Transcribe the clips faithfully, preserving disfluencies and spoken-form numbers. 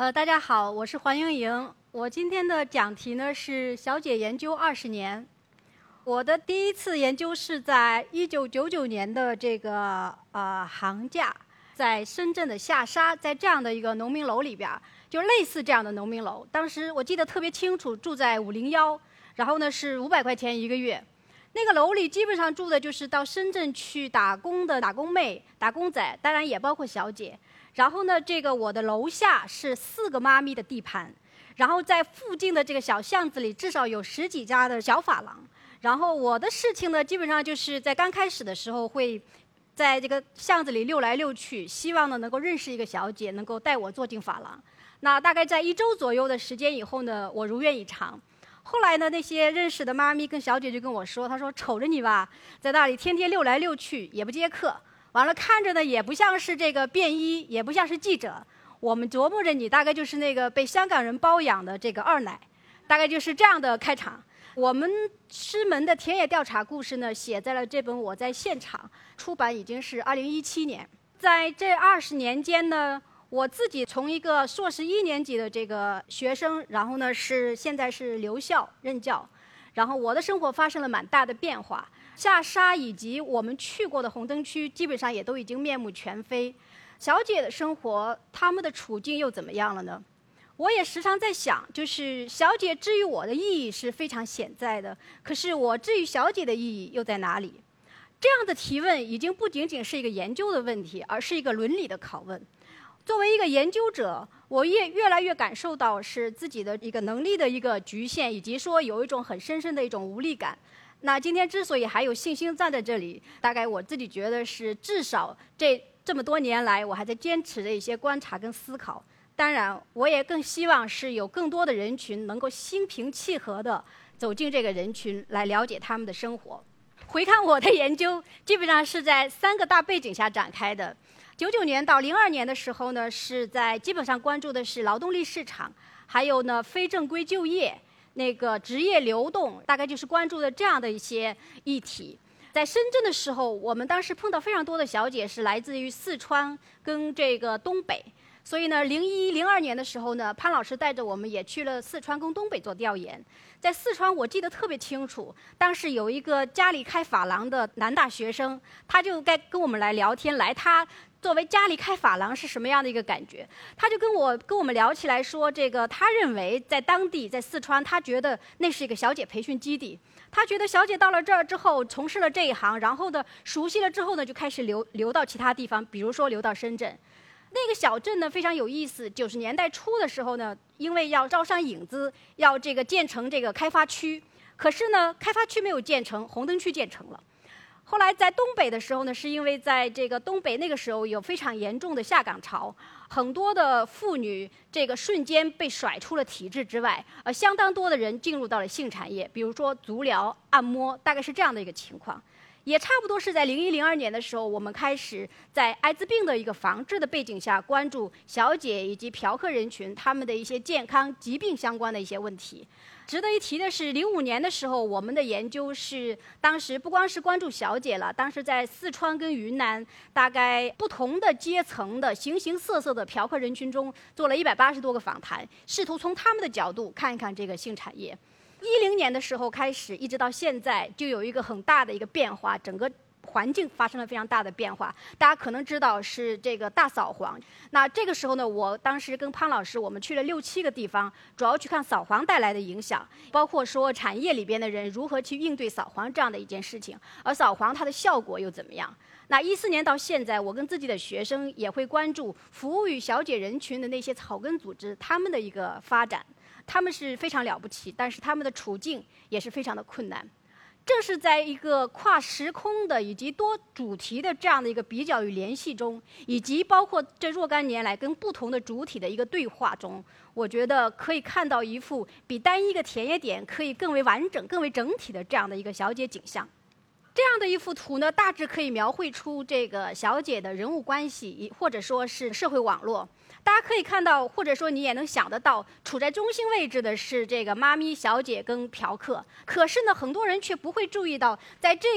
呃，大家好，我是黄莹莹。我今天的讲题呢是小姐研究二十年。我的第一次研究是在一九九九年的这个呃寒假，在深圳的下沙，在这样的一个农民楼里边，就类似这样的农民楼。当时我记得特别清楚，住在五零幺，然后呢是五百块钱一个月。那个楼里基本上住的就是到深圳去打工的打工妹、打工仔，当然也包括小姐。然后呢，这个我的楼下是四个妈咪的地盘，然后在附近的这个小巷子里，至少有十几家的小发廊。然后我的事情呢，基本上就是在刚开始的时候会在这个巷子里溜来溜去，希望呢能够认识一个小姐，能够带我做进发廊。那大概在一周左右的时间以后呢，我如愿以偿。后来呢，那些认识的妈咪跟小姐就跟我说，她说瞅着你吧，在那里天天溜来溜去，也不接客。完了，看着呢也不像是这个便衣，也不像是记者。我们琢磨着你大概就是那个被香港人包养的这个二奶，大概就是这样的开场。我们师门的田野调查故事呢，写在了这本《我在现场》，出版已经是二零一七年。在这二十年间呢，我自己从一个硕士一年级的这个学生，然后呢是现在是留校任教，然后我的生活发生了蛮大的变化。下沙以及我们去过的红灯区，基本上也都已经面目全非。小姐的生活，她们的处境又怎么样了呢？我也时常在想，就是小姐之于我的意义是非常显在的，可是我至于小姐的意义又在哪里？这样的提问已经不仅仅是一个研究的问题，而是一个伦理的拷问。作为一个研究者，我也越来越感受到是自己的一个能力的一个局限，以及说有一种很深深的一种无力感。那今天之所以还有信心站在这里，大概我自己觉得是至少这这么多年来，我还在坚持的一些观察跟思考。当然，我也更希望是有更多的人群能够心平气和地走进这个人群，来了解他们的生活。回看我的研究，基本上是在三个大背景下展开的。九九年到零二年的时候呢，是在基本上关注的是劳动力市场，还有呢非正规就业。那个职业流动，大概就是关注的这样的一些议题。在深圳的时候，我们当时碰到非常多的小姐是来自于四川跟这个东北，所以呢，零一零二年的时候呢，潘老师带着我们也去了四川跟东北做调研。在四川，我记得特别清楚，当时有一个家里开发廊的男大学生，他就该跟我们来聊天，来他。作为家里开发廊是什么样的一个感觉？他就跟我跟我们聊起来说，这个他认为在当地在四川，他觉得那是一个小姐培训基地。他觉得小姐到了这儿之后，从事了这一行，然后呢熟悉了之后呢，就开始流流到其他地方，比如说流到深圳。那个小镇呢非常有意思，九十年代初的时候呢，因为要招商引资，要这个建成这个开发区，可是呢开发区没有建成，红灯区建成了。后来在东北的时候呢，是因为在这个东北那个时候有非常严重的下岗潮，很多的妇女这个瞬间被甩出了体制之外，呃，相当多的人进入到了性产业，比如说足疗、按摩，大概是这样的一个情况。也差不多是在零一零二年的时候，我们开始在艾滋病的一个防治的背景下，关注小姐以及嫖客人群他们的一些健康疾病相关的一些问题。值得一提的是，零五年的时候，我们的研究是当时不光是关注小姐了，当时在四川跟云南，大概不同的阶层的形形色色的嫖客人群中，做了一百八十多个访谈，试图从他们的角度看一看这个性产业。一零年的时候开始，一直到现在，就有一个很大的一个变化，整个环境发生了非常大的变化。大家可能知道是这个大扫黄。那这个时候呢，我当时跟潘老师，我们去了六七个地方，主要去看扫黄带来的影响，包括说产业里边的人如何去应对扫黄这样的一件事情，而扫黄它的效果又怎么样。那一四年到现在，我跟自己的学生也会关注服务于小姐人群的那些草根组织，他们的一个发展。他们是非常了不起，但是他们的处境也是非常的困难。正是在一个跨时空的以及多主题的这样的一个比较与联系中，以及包括这若干年来跟不同的主体的一个对话中，我觉得可以看到一幅比单一个田野点可以更为完整、更为整体的这样的一个小姐景象。这样的一幅图呢，大致可以描绘出这个小姐的人物关系，或者说是社会网络。大家可以看到，或者说你也能想得到，处在中心位置的是这个妈咪、小姐跟嫖客。可是呢，很多人却不会注意到，在这个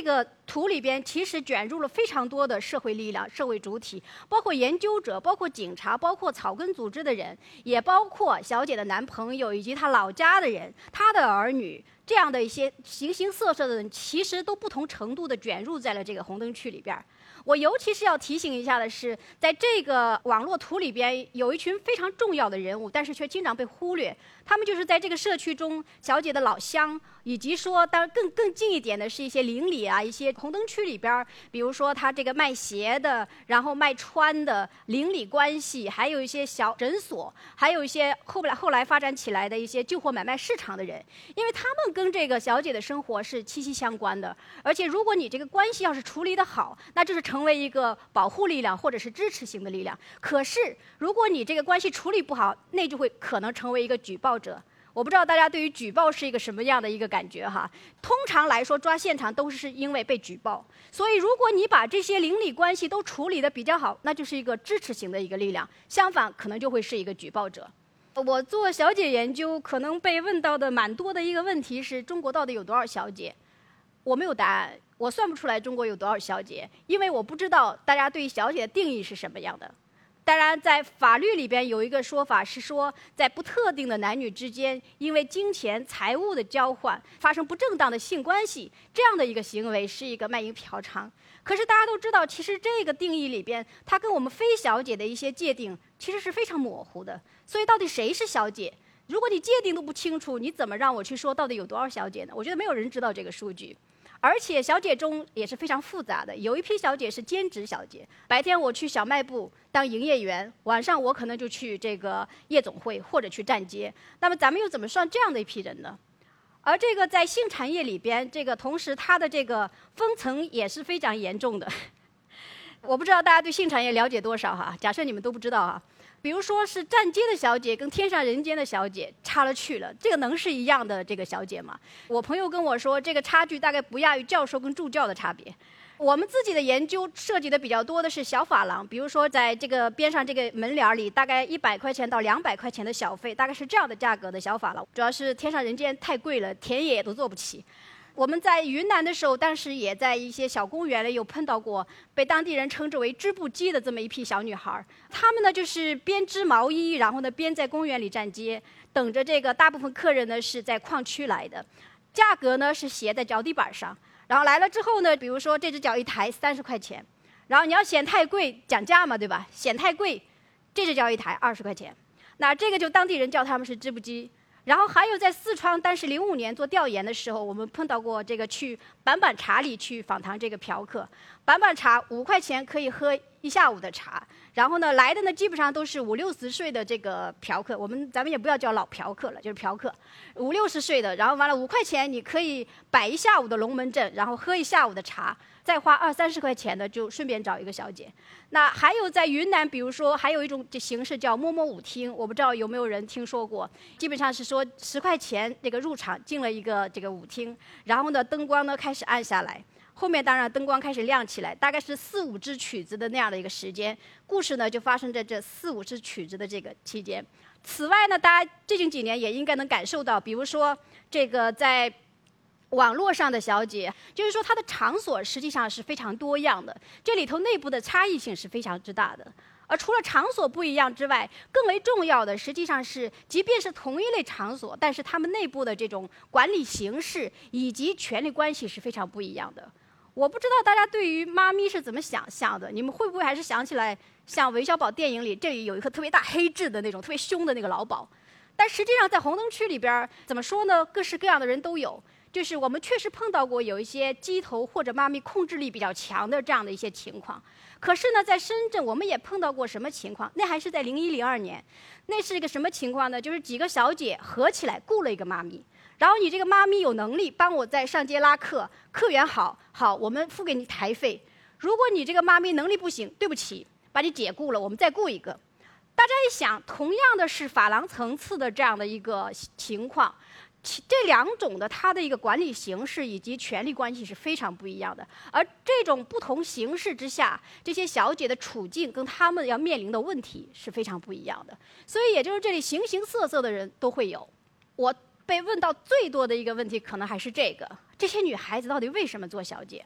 图里边其实卷入了非常多的社会力量、社会主体，包括研究者、包括警察、包括草根组织的人，也包括小姐的男朋友以及她老家的人、她的儿女，这样的一些形形色色的人，其实都不同程度的卷入在了这个红灯区里边。我尤其是要提醒一下的是，在这个网络图里边有一群非常重要的人物，但是却经常被忽略。他们就是在这个社区中小姐的老乡，以及说当然更更近一点的是一些邻里啊，一些红灯区里边，比如说他这个卖鞋的，然后卖穿的邻里关系，还有一些小诊所，还有一些后来后来发展起来的一些旧货买卖市场的人，因为他们跟这个小姐的生活是息息相关的。而且如果你这个关系要是处理得好，那就是成为一个保护力量或者是支持型的力量。可是如果你这个关系处理不好，那就会可能成为一个举报者。我不知道大家对于举报是一个什么样的一个感觉哈。通常来说抓现场都是因为被举报，所以如果你把这些邻里关系都处理得比较好，那就是一个支持型的一个力量，相反可能就会是一个举报者。我做小姐研究可能被问到的蛮多的一个问题是，中国到底有多少小姐？我没有答案，我算不出来中国有多少小姐，因为我不知道大家对小姐的定义是什么样的。当然在法律里边有一个说法是说，在不特定的男女之间因为金钱财物的交换发生不正当的性关系，这样的一个行为是一个卖淫嫖娼。可是大家都知道，其实这个定义里边它跟我们非小姐的一些界定其实是非常模糊的。所以到底谁是小姐，如果你界定都不清楚，你怎么让我去说到底有多少小姐呢？我觉得没有人知道这个数据。而且小姐中也是非常复杂的，有一批小姐是兼职小姐，白天我去小卖部当营业员，晚上我可能就去这个夜总会或者去站街。那么咱们又怎么算这样的一批人呢？而这个在性产业里边，这个同时它的这个分层也是非常严重的。我不知道大家对性产业了解多少哈？假设你们都不知道哈。比如说是站街的小姐跟天上人间的小姐差了去了，这个能是一样的这个小姐吗？我朋友跟我说，这个差距大概不亚于教授跟助教的差别。我们自己的研究涉及的比较多的是小发廊，比如说在这个边上这个门帘里，大概一百块钱到两百块钱的小费，大概是这样的价格的小发廊。主要是天上人间太贵了，田野都做不起。我们在云南的时候，当时也在一些小公园里有碰到过被当地人称之为织布机的这么一批小女孩。她们呢就是边织毛衣，然后呢边在公园里站街，等着这个大部分客人呢是在矿区来的，价格呢是写在脚底板上。然后来了之后呢，比如说这只脚一抬三十块钱，然后你要嫌太贵讲价嘛，对吧？嫌太贵，这只脚一抬二十块钱，那这个就当地人叫他们是织布机。然后还有在四川，当时零五年做调研的时候，我们碰到过这个去板板茶里去访谈这个嫖客。板板茶五块钱可以喝一下午的茶，然后呢来的呢基本上都是五六十岁的这个嫖客，我们咱们也不要叫老嫖客了，就是嫖客，五六十岁的，然后完了五块钱你可以摆一下午的龙门阵，然后喝一下午的茶，再花二三十块钱的就顺便找一个小姐。那还有在云南，比如说还有一种形式叫摸摸舞厅，我不知道有没有人听说过，基本上是说十块钱这个入场进了一个这个舞厅，然后呢灯光呢开始暗下来，后面当然灯光开始亮起来，大概是四五支曲子的那样的一个时间，故事呢就发生在这四五支曲子的这个期间。此外呢，大家最近几年也应该能感受到，比如说这个在网络上的小姐，就是说它的场所实际上是非常多样的，这里头内部的差异性是非常之大的。而除了场所不一样之外，更为重要的实际上是，即便是同一类场所，但是他们内部的这种管理形式以及权力关系是非常不一样的。我不知道大家对于妈咪是怎么想象的，你们会不会还是想起来像韦小宝电影里这里有一个特别大黑痣的那种特别凶的那个老鸨？但实际上在红灯区里边怎么说呢，各式各样的人都有，就是我们确实碰到过有一些鸡头或者妈咪控制力比较强的这样的一些情况。可是呢，在深圳我们也碰到过什么情况？那还是在零一零二年，那是一个什么情况呢？就是几个小姐合起来雇了一个妈咪，然后你这个妈咪有能力帮我在上街拉客，客源好，好，我们付给你台费。如果你这个妈咪能力不行，对不起，把你解雇了，我们再雇一个。大家一想，同样的是珐琅层次的这样的一个情况，这两种的它的一个管理形式以及权力关系是非常不一样的。而这种不同形式之下，这些小姐的处境跟她们要面临的问题是非常不一样的。所以也就是这里形形色色的人都会有。我被问到最多的一个问题可能还是这个：这些女孩子到底为什么做小姐？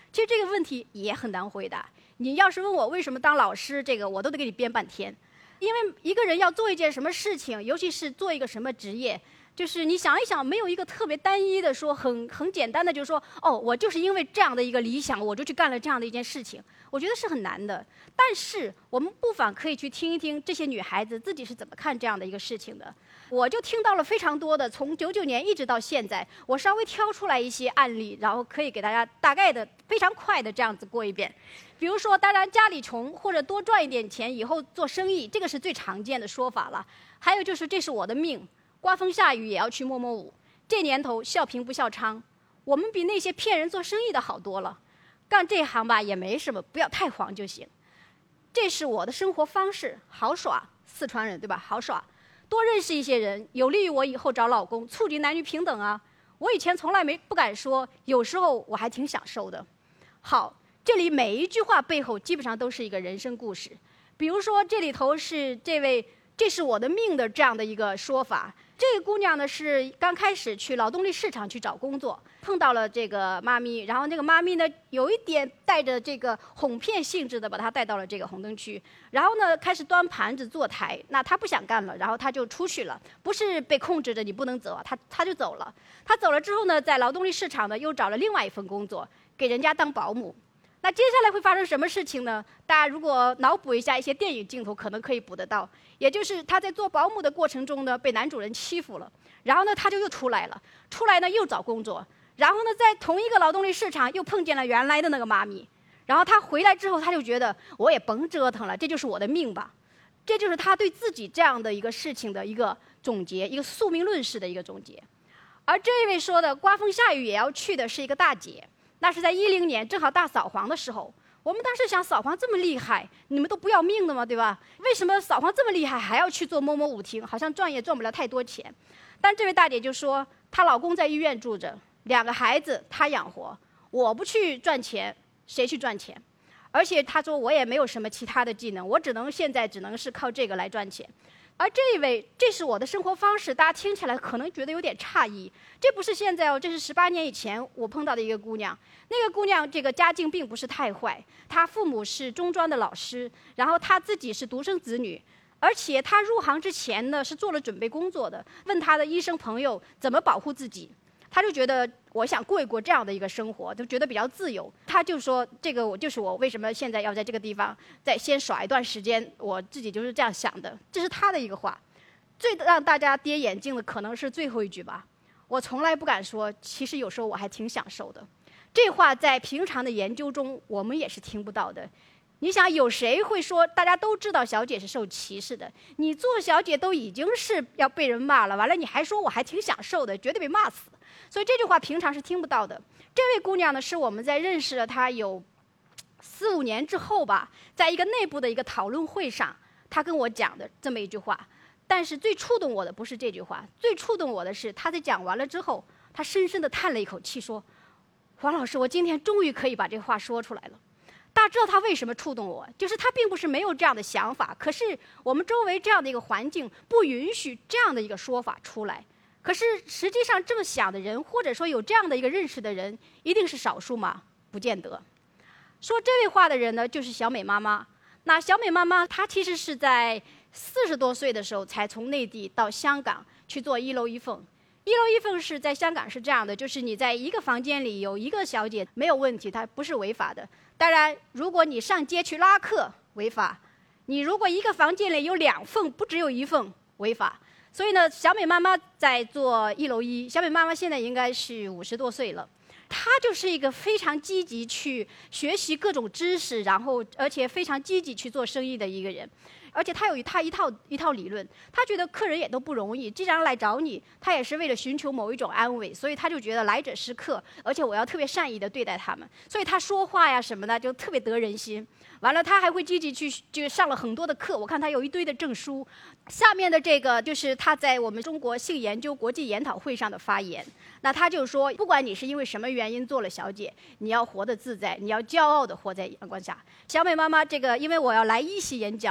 其实这个问题也很难回答。你要是问我为什么当老师，这个我都得给你编半天。因为一个人要做一件什么事情，尤其是做一个什么职业，就是你想一想，没有一个特别单一的说很很简单的，就是说哦，我就是因为这样的一个理想，我就去干了这样的一件事情，我觉得是很难的。但是我们不妨可以去听一听这些女孩子自己是怎么看这样的一个事情的。我就听到了非常多的，从九九年一直到现在，我稍微挑出来一些案例，然后可以给大家大概的非常快的这样子过一遍。比如说，当然家里穷或者多赚一点钱以后做生意，这个是最常见的说法了。还有就是这是我的命，刮风下雨也要去摸摸舞。这年头笑贫不笑娼，我们比那些骗人做生意的好多了。干这行吧也没什么，不要太黄就行。这是我的生活方式，好耍，四川人对吧？好耍，多认识一些人，有利于我以后找老公，促进男女平等啊。我以前从来没不敢说，有时候我还挺享受的。好。这里每一句话背后基本上都是一个人生故事。比如说这里头是这位这是我的命的这样的一个说法。这个姑娘呢是刚开始去劳动力市场去找工作，碰到了这个妈咪，然后那个妈咪呢有一点带着这个哄骗性质的把她带到了这个红灯区，然后呢开始端盘子坐台，那她不想干了，然后她就出去了，不是被控制着你不能走，她她就走了。她走了之后呢，在劳动力市场呢又找了另外一份工作，给人家当保姆。那接下来会发生什么事情呢？大家如果脑补一下一些电影镜头，可能可以补得到。也就是他在做保姆的过程中呢，被男主人欺负了，然后呢，他就又出来了，出来呢又找工作，然后呢，在同一个劳动力市场又碰见了原来的那个妈咪，然后他回来之后，他就觉得我也甭折腾了，这就是我的命吧。这就是他对自己这样的一个事情的一个总结，一个宿命论式的一个总结。而这一位说的刮风下雨也要去的是一个大姐。那是在一零年，正好大扫黄的时候。我们当时想，扫黄这么厉害，你们都不要命的吗？对吧？为什么扫黄这么厉害，还要去做摸摸舞厅？好像赚也赚不了太多钱。但这位大姐就说，她老公在医院住着，两个孩子她养活，我不去赚钱，谁去赚钱？而且她说，我也没有什么其他的技能，我只能现在只能是靠这个来赚钱。而这一位，这是我的生活方式，大家听起来可能觉得有点诧异。这不是现在哦，这是十八年以前我碰到的一个姑娘。那个姑娘这个家境并不是太坏，她父母是中专的老师，然后她自己是独生子女，而且她入行之前呢是做了准备工作的。问她的医生朋友怎么保护自己，她就觉得我想过一过这样的一个生活，就觉得比较自由。她就说这个我就是我为什么现在要在这个地方再先耍一段时间，我自己就是这样想的。这是她的一个话。最让大家跌眼镜的可能是最后一句吧，我从来不敢说，其实有时候我还挺享受的。这话在平常的研究中我们也是听不到的。你想有谁会说，大家都知道小姐是受歧视的，你做小姐都已经是要被人骂了，完了你还说我还挺享受的，绝对被骂死。所以这句话平常是听不到的。这位姑娘呢，是我们在认识了她有四五年之后吧，在一个内部的一个讨论会上，她跟我讲的这么一句话。但是最触动我的不是这句话，最触动我的是她在讲完了之后，她深深地叹了一口气说，黄老师，我今天终于可以把这话说出来了。大家知道他为什么触动我，就是他并不是没有这样的想法，可是我们周围这样的一个环境不允许这样的一个说法出来。可是实际上这么想的人，或者说有这样的一个认识的人，一定是少数吗？不见得。说这位话的人呢，就是小美妈妈。那小美妈妈她其实是在四十多岁的时候才从内地到香港去做一楼一凤。一楼一凤是在香港是这样的，就是你在一个房间里有一个小姐没有问题，它不是违法的。当然如果你上街去拉客违法，你如果一个房间里有两凤不只有一凤违法。所以呢，小美妈妈在做一楼一，小美妈妈现在应该是五十多岁了。她就是一个非常积极去学习各种知识，然后而且非常积极去做生意的一个人。而且他有他一套一套理论，他觉得客人也都不容易，既然来找你，他也是为了寻求某一种安慰，所以他就觉得来者是客，而且我要特别善意的对待他们，所以他说话呀什么的就特别得人心。完了，他还会积极去就上了很多的课，我看他有一堆的证书。下面的这个就是他在我们中国性研究国际研讨会上的发言。那他就说，不管你是因为什么原因做了小姐，你要活得自在，你要骄傲的活在阳光下。小美妈妈这个，因为我要来一席演讲嘛，然后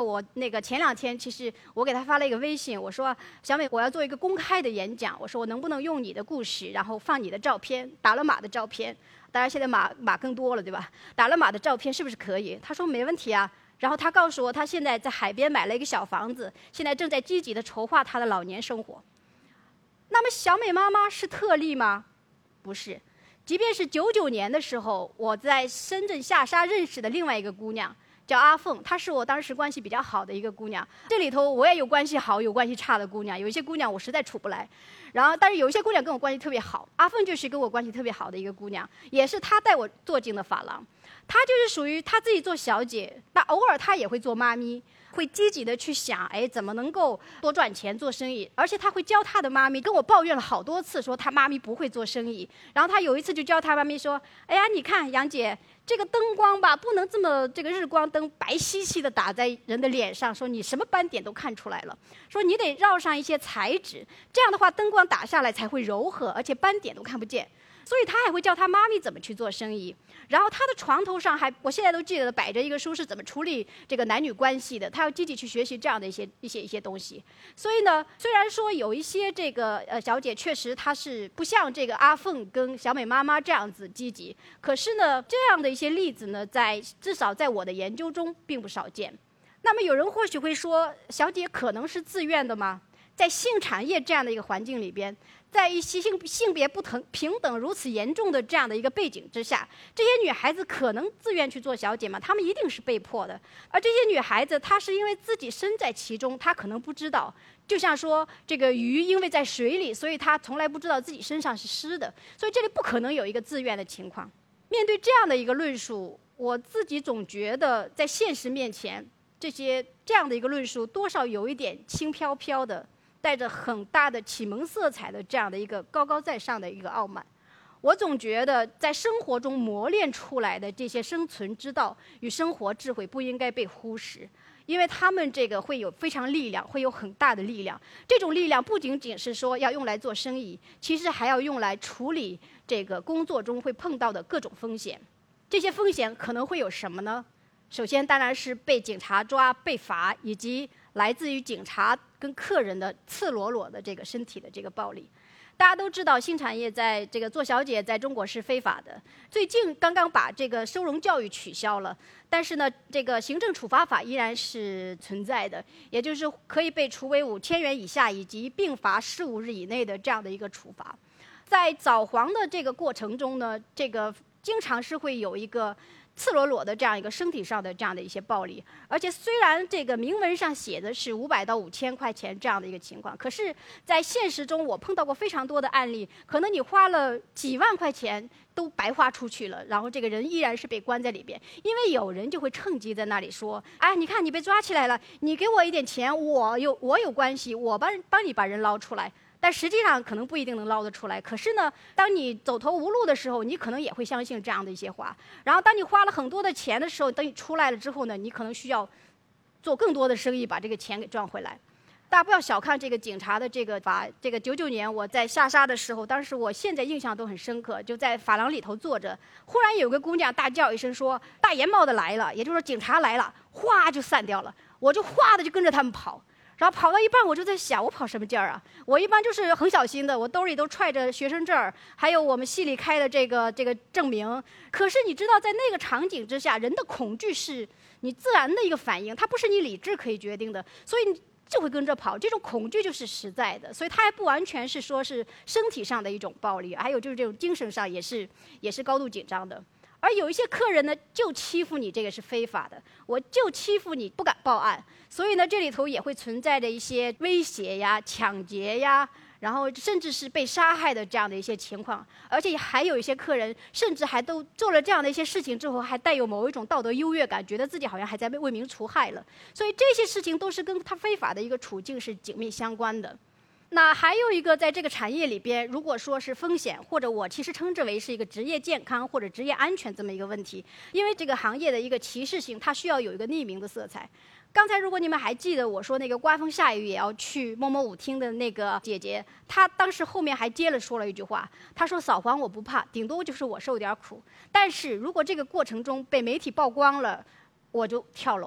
我那个前两天，其实我给他发了一个微信，我说小美，我要做一个公开的演讲，我说我能不能用你的故事，然后放你的照片，打了码的照片，当然现在码码更多了，对吧？打了码的照片是不是可以？他说没问题啊。然后他告诉我，他现在在海边买了一个小房子，现在正在积极的筹划他的老年生活。那么小美妈妈是特例吗？不是。即便是九九年的时候，我在深圳下沙认识的另外一个姑娘叫阿凤，她是我当时关系比较好的一个姑娘。这里头我也有关系好有关系差的姑娘，有一些姑娘我实在处不来，然后但是有一些姑娘跟我关系特别好。阿凤就是跟我关系特别好的一个姑娘，也是她带我做进了发廊。她就是属于她自己做小姐，那偶尔她也会做妈咪，会积极的去想，哎，怎么能够多赚钱做生意。而且她会教她的妈咪，跟我抱怨了好多次，说她妈咪不会做生意。然后她有一次就教她妈咪说，哎呀，你看杨姐，这个灯光吧，不能这么这个日光灯白皙皙的打在人的脸上，说你什么斑点都看出来了，说你得绕上一些材质，这样的话灯光打下来才会柔和，而且斑点都看不见。所以他还会教他妈咪怎么去做生意。然后他的床头上还，我现在都记得摆着一个书是怎么处理这个男女关系的，他要积极去学习这样的一些一些一些东西。所以呢，虽然说有一些这个呃小姐确实她是不像这个阿凤跟小美妈妈这样子积极，可是呢，这样的一些例子呢，在至少在我的研究中并不少见。那么有人或许会说，小姐可能是自愿的吗？在性产业这样的一个环境里边，在一些性性别不同平等如此严重的这样的一个背景之下，这些女孩子可能自愿去做小姐吗？她们一定是被迫的。而这些女孩子，她是因为自己身在其中，她可能不知道。就像说，这个鱼因为在水里，所以她从来不知道自己身上是湿的。所以这里不可能有一个自愿的情况。面对这样的一个论述，我自己总觉得，在现实面前，这些这样的一个论述，多少有一点轻飘飘的，带着很大的启蒙色彩的这样的一个高高在上的一个傲慢。我总觉得在生活中磨练出来的这些生存之道与生活智慧不应该被忽视，因为他们这个会有非常力量，会有很大的力量。这种力量不仅仅是说要用来做生意，其实还要用来处理这个工作中会碰到的各种风险。这些风险可能会有什么呢？首先当然是被警察抓、被罚，以及来自于警察跟客人的赤裸裸的这个身体的这个暴力。大家都知道，性产业在这个做小姐在中国是非法的。最近刚刚把这个收容教育取消了，但是呢，这个行政处罚法依然是存在的，也就是可以被处为五千元以下以及并罚十五日以内的这样的一个处罚。在早黄的这个过程中呢，这个经常是会有一个赤裸裸的这样一个身体上的这样的一些暴力，而且虽然这个明文上写的是五百到五千块钱这样的一个情况，可是在现实中我碰到过非常多的案例，可能你花了几万块钱都白花出去了，然后这个人依然是被关在里边，因为有人就会趁机在那里说，哎，你看你被抓起来了，你给我一点钱，我有我有关系，我帮帮你把人捞出来。但实际上可能不一定能捞得出来。可是呢，当你走投无路的时候，你可能也会相信这样的一些话。然后当你花了很多的钱的时候，等你出来了之后呢，你可能需要做更多的生意，把这个钱给赚回来。大家不要小看这个警察的这个法。这个九九年我在下沙的时候，当时我现在印象都很深刻，就在发廊里头坐着，忽然有个姑娘大叫一声说：“大檐帽的来了！”也就是说警察来了，哗就散掉了。我就哗的就跟着他们跑。然后跑到一半，我就在想，我跑什么劲儿啊？我一般就是很小心的，我兜里都揣着学生证儿，还有我们系里开的这个这个证明。可是你知道，在那个场景之下，人的恐惧是你自然的一个反应，它不是你理智可以决定的，所以你就会跟着跑。这种恐惧就是实在的，所以它还不完全是说是身体上的一种暴力，还有就是这种精神上也是也是高度紧张的。而有一些客人呢，就欺负你，这个是非法的，我就欺负你，不敢报案。所以呢，这里头也会存在着一些威胁呀、抢劫呀，然后甚至是被杀害的这样的一些情况。而且还有一些客人，甚至还都做了这样的一些事情之后，还带有某一种道德优越感，觉得自己好像还在为民除害了。所以这些事情都是跟他非法的一个处境是紧密相关的。那还有一个，在这个产业里边，如果说是风险，或者我其实称之为是一个职业健康或者职业安全这么一个问题，因为这个行业的一个歧视性，它需要有一个匿名的色彩。刚才如果你们还记得我说那个刮风下雨也要去某某舞厅的那个姐姐，她当时后面还接了说了一句话，她说扫黄我不怕，顶多就是我受点苦，但是如果这个过程中被媒体曝光了，我就跳楼。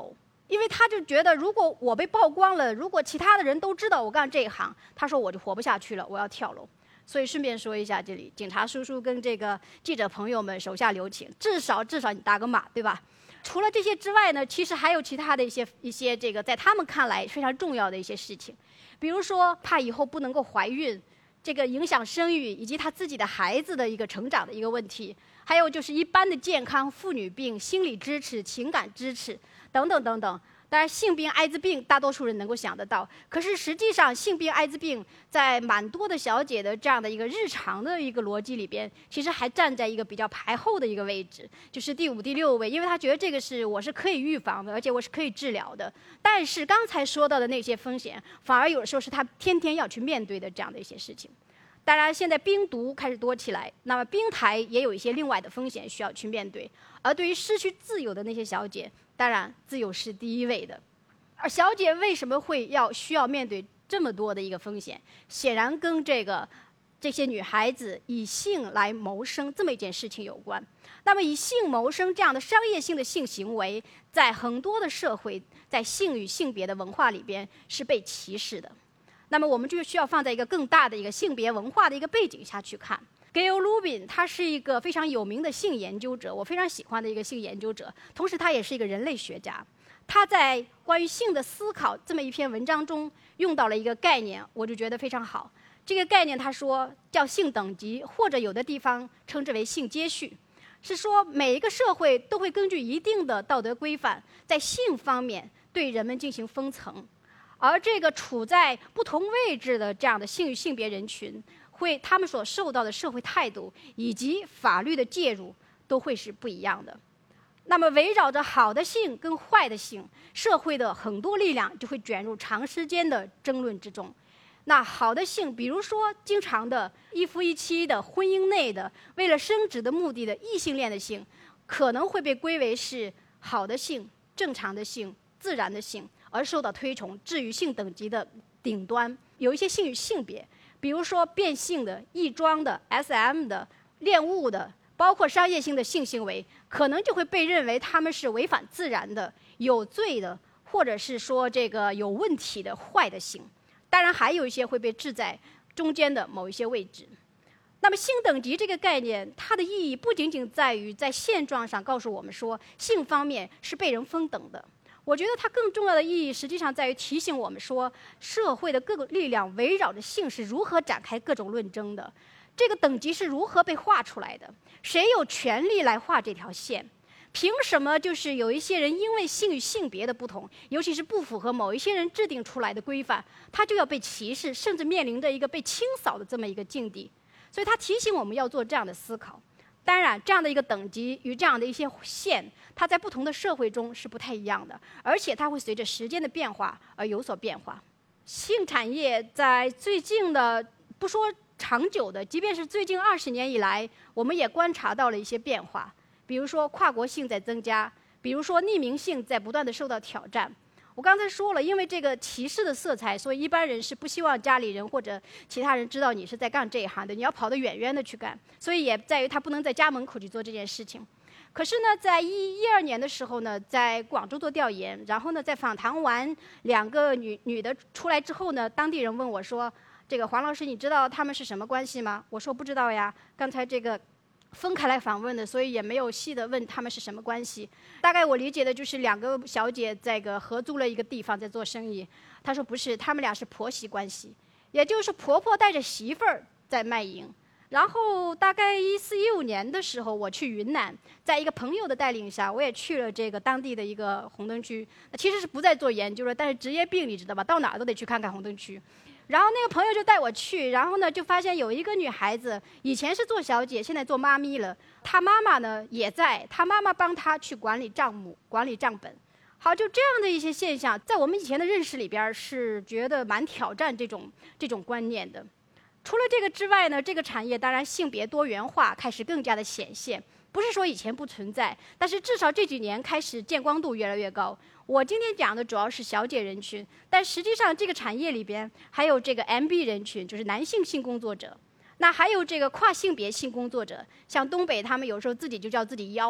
因为他就觉得，如果我被曝光了，如果其他的人都知道我干这一行，他说我就活不下去了，我要跳楼。所以顺便说一下，这里警察叔叔跟这个记者朋友们手下留情，至少至少你打个码，对吧？除了这些之外呢，其实还有其他的一些一些这个在他们看来非常重要的一些事情，比如说怕以后不能够怀孕，这个影响生育以及他自己的孩子的一个成长的一个问题，还有就是一般的健康、妇女病、心理支持、情感支持等等等等。当然，性病、艾滋病，大多数人能够想得到。可是实际上，性病、艾滋病在蛮多的小姐的这样的一个日常的一个逻辑里边，其实还站在一个比较排后的一个位置，就是第五、第六位。因为他觉得这个是我是可以预防的，而且我是可以治疗的。但是刚才说到的那些风险，反而有的时候是他天天要去面对的这样的一些事情。当然，现在冰毒开始多起来，那么冰台也有一些另外的风险需要去面对。而对于失去自由的那些小姐，当然自由是第一位的。而小姐为什么会要需要面对这么多的一个风险？显然跟这个这些女孩子以性来谋生这么一件事情有关。那么以性谋生这样的商业性的性行为，在很多的社会，在性与性别的文化里边是被歧视的。那么我们就需要放在一个更大的一个性别文化的一个背景下去看。Gail Rubin 他是一个非常有名的性研究者，我非常喜欢的一个性研究者，同时他也是一个人类学家。他在关于性的思考这么一篇文章中用到了一个概念，我就觉得非常好。这个概念他说叫性等级，或者有的地方称之为性阶序，是说每一个社会都会根据一定的道德规范，在性方面对人们进行分层。而这个处在不同位置的这样的性与性别人群，会他们所受到的社会态度以及法律的介入都会是不一样的。那么围绕着好的性跟坏的性，社会的很多力量就会卷入长时间的争论之中。那好的性，比如说经常的一夫一妻的婚姻内的为了生殖的目的的异性恋的性，可能会被归为是好的性、正常的性、自然的性，而受到推崇，置于性等级的顶端。有一些性与性别，比如说变性的、异装的、S M 的、恋物的，包括商业性的性行为，可能就会被认为他们是违反自然的、有罪的，或者是说这个有问题的坏的性。当然，还有一些会被置在中间的某一些位置。那么性等级这个概念，它的意义不仅仅在于在现状上告诉我们说性方面是被人分等的。我觉得它更重要的意义，实际上在于提醒我们说，社会的各个力量围绕着性是如何展开各种论争的，这个等级是如何被画出来的，谁有权利来画这条线？凭什么就是有一些人因为性与性别的不同，尤其是不符合某一些人制定出来的规范，他就要被歧视，甚至面临着一个被清扫的这么一个境地？所以他提醒我们要做这样的思考。当然，这样的一个等级与这样的一些线，它在不同的社会中是不太一样的，而且它会随着时间的变化而有所变化。性产业在最近的，不说长久的，即便是最近二十年以来，我们也观察到了一些变化。比如说跨国性在增加，比如说匿名性在不断的受到挑战。我刚才说了，因为这个歧视的色彩，所以一般人是不希望家里人或者其他人知道你是在干这一行的，你要跑得远远的去干。所以也在于他不能在家门口去做这件事情。可是呢，在一一二年的时候呢，在广州做调研，然后呢，在访谈完两个女女的出来之后呢，当地人问我说：“这个黄老师，你知道他们是什么关系吗？”我说：“不知道呀，刚才这个。”分开来访问的，所以也没有细的问他们是什么关系。大概我理解的就是两个小姐在个合租了一个地方在做生意。她说不是，他们俩是婆媳关系，也就是婆婆带着媳妇儿在卖淫。然后大概一四一五年的时候，我去云南，在一个朋友的带领下，我也去了这个当地的一个红灯区。其实是不在做研究了，但是职业病你知道吧，到哪儿都得去看看红灯区。然后那个朋友就带我去，然后呢就发现有一个女孩子，以前是做小姐，现在做妈咪了。她妈妈呢也在，她妈妈帮她去管理账目、管理账本。好，就这样的一些现象，在我们以前的认识里边是觉得蛮挑战这种这种观念的。除了这个之外呢，这个产业当然性别多元化开始更加的显现。不是说以前不存在，但是至少这几年开始见光度越来越高。我今天讲的主要是小姐人群，但实际上这个产业里边还有这个 M B 人群，就是男性性工作者，那还有这个跨性别性工作者，像东北他们有时候自己就叫自己妖，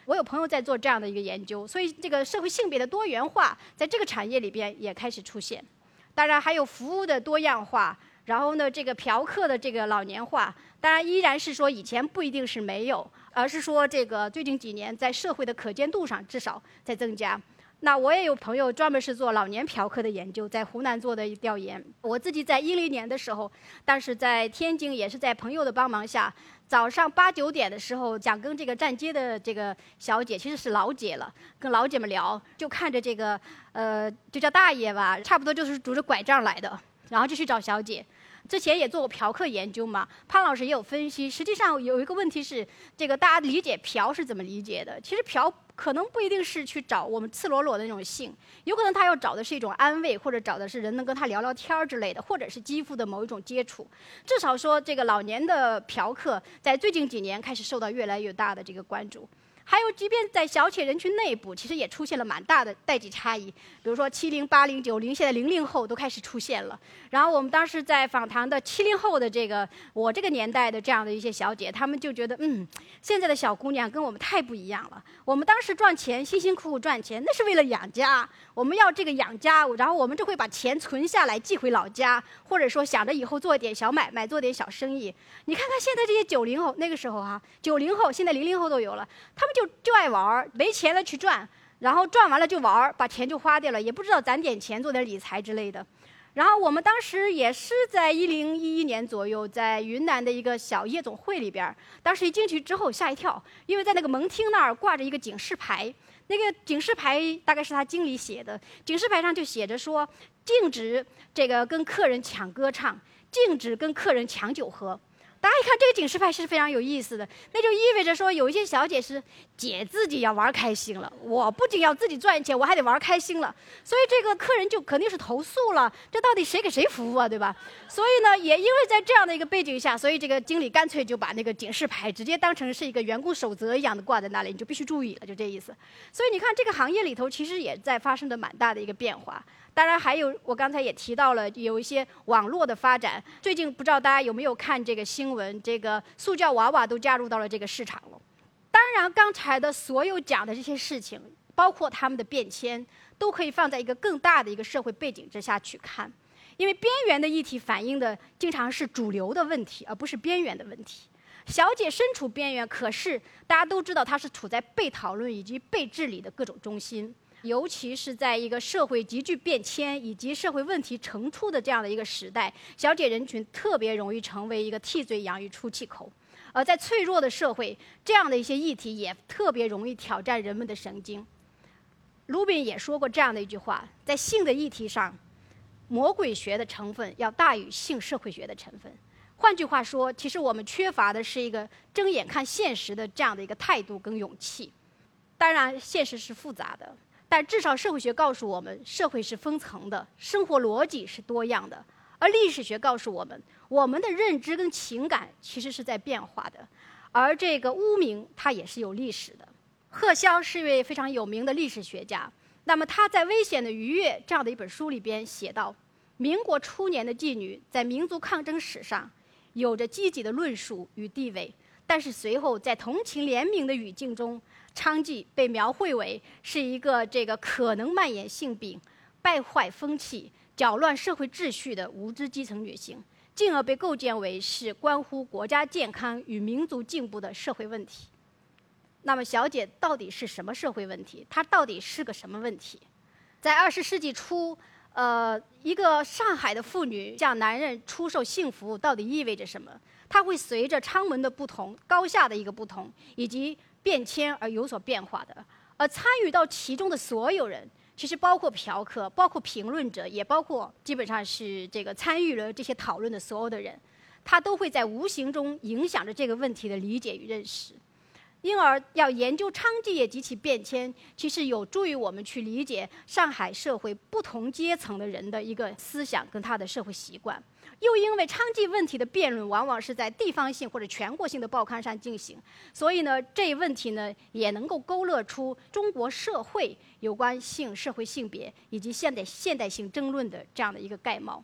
我有朋友在做这样的一个研究，所以这个社会性别的多元化在这个产业里边也开始出现。当然还有服务的多样化，然后呢，这个嫖客的这个老年化，当然依然是说以前不一定是没有，而是说这个最近几年在社会的可见度上至少在增加。那我也有朋友专门是做老年嫖客的研究，在湖南做的调研。我自己在一零年的时候，当时在天津也是在朋友的帮忙下，早上八九点的时候，想跟这个站街的这个小姐，其实是老姐了，跟老姐们聊，就看着这个呃，就叫大爷吧，差不多就是拄着拐杖来的，然后就去找小姐。之前也做过嫖客研究嘛，潘老师也有分析。实际上有一个问题是，这个大家理解嫖是怎么理解的？其实嫖可能不一定是去找我们赤裸裸的那种性，有可能他要找的是一种安慰，或者找的是人能跟他聊聊天之类的，或者是肌肤的某一种接触。至少说，这个老年的嫖客在最近几年开始受到越来越大的这个关注。还有，即便在小企业人群内部，其实也出现了蛮大的代际差异。比如说，七零、八零、九零，现在零零后都开始出现了。然后我们当时在访谈的七零后的这个我这个年代的这样的一些小姐，她们就觉得，嗯，现在的小姑娘跟我们太不一样了。我们当时赚钱，辛辛苦苦赚钱，那是为了养家。我们要这个养家，然后我们就会把钱存下来寄回老家，或者说想着以后做一点小买卖，做点小生意。你看看现在这些九零后，那个时候哈，九零后现在零零后都有了，他们就就爱玩，没钱了去赚，然后赚完了就玩，把钱就花掉了，也不知道攒点钱做点理财之类的。然后我们当时也是在一零一一年左右，在云南的一个小夜总会里边，当时一进去之后吓一跳，因为在那个门厅那儿挂着一个警示牌，那个警示牌大概是他经理写的，警示牌上就写着说，禁止这个跟客人抢歌唱，禁止跟客人抢酒喝。大家一看这个警示牌是非常有意思的，那就意味着说有一些小姐是姐自己要玩开心了，我不仅要自己赚钱，我还得玩开心了，所以这个客人就肯定是投诉了，这到底谁给谁服务啊，对吧？所以呢，也因为在这样的一个背景下，所以这个经理干脆就把那个警示牌直接当成是一个员工守则一样的挂在那里，你就必须注意了，就这意思。所以你看这个行业里头其实也在发生着蛮大的一个变化。当然还有，我刚才也提到了有一些网络的发展。最近不知道大家有没有看这个新闻，这个塑胶娃娃都加入到了这个市场了。当然，刚才的所有讲的这些事情，包括他们的变迁，都可以放在一个更大的一个社会背景之下去看。因为边缘的议题反映的经常是主流的问题，而不是边缘的问题。小姐身处边缘，可是大家都知道她是处在被讨论以及被治理的各种中心。尤其是在一个社会急剧变迁以及社会问题层出的这样的一个时代，小姐人群特别容易成为一个替罪羊与出气口。而在脆弱的社会，这样的一些议题也特别容易挑战人们的神经。鲁宾也说过这样的一句话，在性的议题上，魔鬼学的成分要大于性社会学的成分。换句话说，其实我们缺乏的是一个睁眼看现实的这样的一个态度跟勇气。当然，现实是复杂的，但至少社会学告诉我们，社会是分层的，生活逻辑是多样的。而历史学告诉我们，我们的认知跟情感其实是在变化的。而这个污名，它也是有历史的。贺萧是一位非常有名的历史学家，那么他在《危险的愉悦》这样的一本书里边写道，民国初年的妓女在民族抗争史上有着积极的论述与地位，但是随后在同情怜悯的语境中，娼妓被描绘为是一个这个可能蔓延性病、败坏风气、搅乱社会秩序的无知基层女性，进而被构建为是关乎国家健康与民族进步的社会问题。那么小姐到底是什么社会问题？她到底是个什么问题？在二十世纪初，呃，一个上海的妇女向男人出售性服务到底意味着什么？它会随着舱门的不同、高下的一个不同以及变迁而有所变化的。而参与到其中的所有人，其实包括嫖客、包括评论者，也包括基本上是这个参与了这些讨论的所有的人，他都会在无形中影响着这个问题的理解与认识。因而要研究娼妓业及其变迁，其实有助于我们去理解上海社会不同阶层的人的一个思想跟他的社会习惯。又因为娼妓问题的辩论往往是在地方性或者全国性的报刊上进行，所以呢，这一问题呢也能够勾勒出中国社会有关性、社会性别以及现代现代性争论的这样的一个概貌。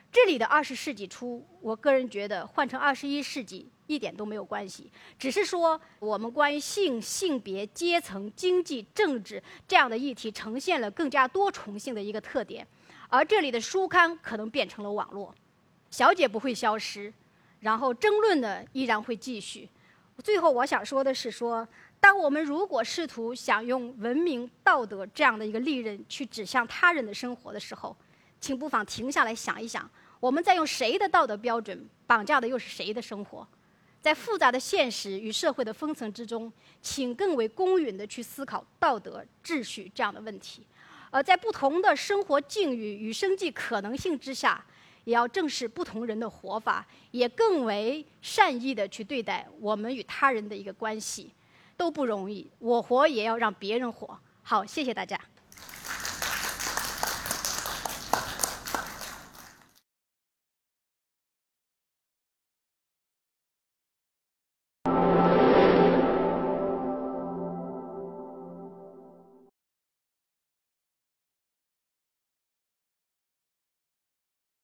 这里的二十世纪初，我个人觉得换成二十一世纪一点都没有关系，只是说我们关于性、性别、阶层、经济、政治这样的议题呈现了更加多重性的一个特点，而这里的书刊可能变成了网络。小姐不会消失，然后争论呢依然会继续。最后我想说的是说，当我们如果试图想用文明、道德这样的一个利刃去指向他人的生活的时候，请不妨停下来想一想，我们在用谁的道德标准绑架的又是谁的生活？在复杂的现实与社会的分层之中，请更为公允地去思考道德、秩序这样的问题。而在不同的生活境遇与生计可能性之下，也要正视不同人的活法，也更为善意地去对待我们与他人的一个关系。都不容易，我活也要让别人活。好，谢谢大家。